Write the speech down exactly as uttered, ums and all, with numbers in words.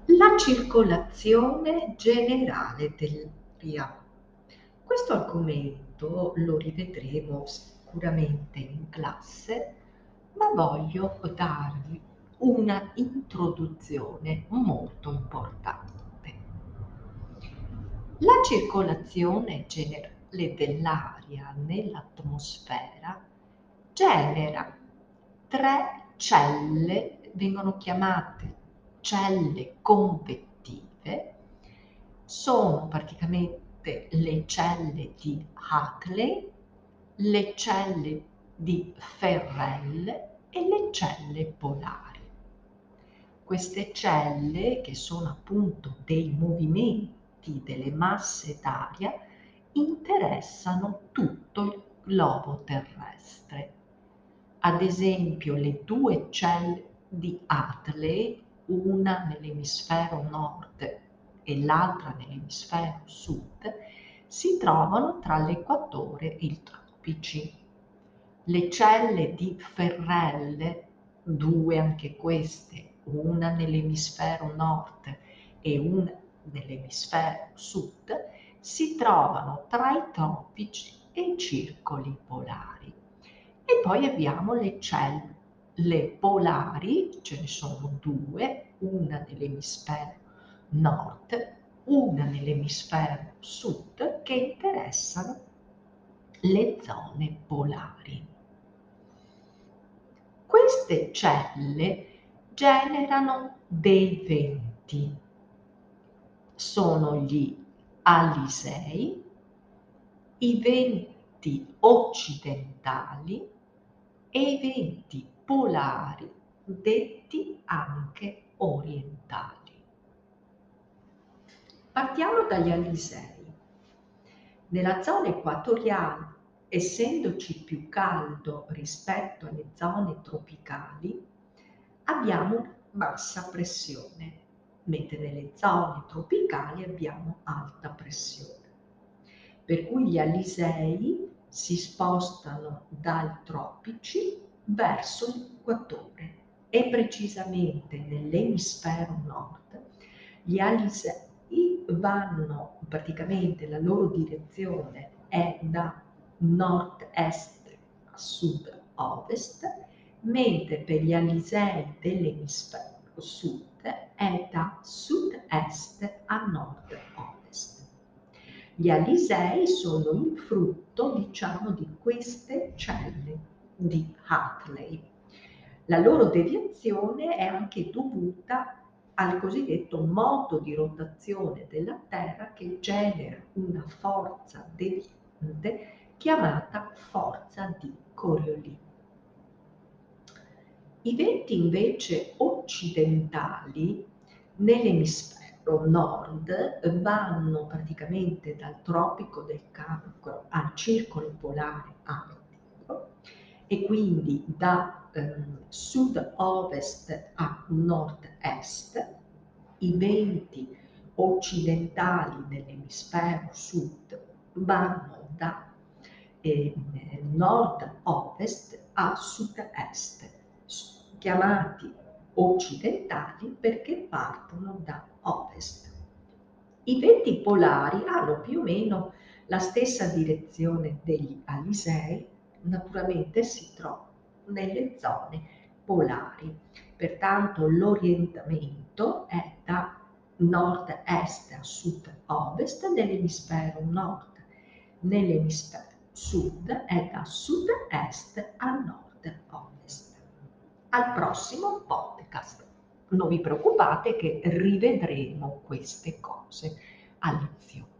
La circolazione generale dell'aria. Questo argomento lo rivedremo sicuramente in classe, ma voglio darvi una introduzione molto importante. La circolazione generale dell'aria nell'atmosfera genera tre celle, vengono chiamate celle convettive, sono praticamente le celle di Huxley, le celle di Ferrel e le celle polari. Queste celle, che sono appunto dei movimenti delle masse d'aria, interessano tutto il globo terrestre. Ad esempio, le due celle di Hartley, una nell'emisfero nord e l'altra nell'emisfero sud, si trovano tra l'equatore e i tropici. Le celle di Ferrel, due anche queste, una nell'emisfero nord e una nell'emisfero sud, si trovano tra i tropici e i circoli polari. E poi abbiamo le celle polari, ce ne sono due, una nell'emisfero nord, una nell'emisfero sud, che interessano le zone polari. Queste celle generano dei venti. Sono gli alisei, i venti occidentali e i venti polari, detti anche orientali. Partiamo dagli alisei. Nella zona equatoriale, essendoci più caldo rispetto alle zone tropicali, abbiamo bassa pressione, mentre nelle zone tropicali abbiamo alta pressione. Per cui gli alisei si spostano dai tropici verso l'equatore e precisamente nell'emisfero nord gli alisei vanno, praticamente la loro direzione è da nord-est a sud-ovest, mentre per gli alisei dell'emisfero sud è da sud-est a nord-ovest. Gli alisei sono il frutto, diciamo, di queste celle di Huxley. La loro deviazione è anche dovuta al cosiddetto moto di rotazione della Terra, che genera una forza deviante chiamata forza di Coriolis. I venti invece occidentali nell'emisfero nord vanno praticamente dal tropico del Cancro al circolo polare artico e quindi da ehm, sud-ovest a nord-est. I venti occidentali nell'emisfero sud vanno da eh, nord-ovest a sud-est, chiamati occidentali perché partono da ovest. I venti polari hanno più o meno la stessa direzione degli alisei, naturalmente si trovano nelle zone polari, pertanto l'orientamento è da nord-est a sud-ovest nell'emisfero nord, nell'emisfero sud è da sud-est a nord-ovest. Al prossimo podcast. Non vi preoccupate che rivedremo queste cose a lezione.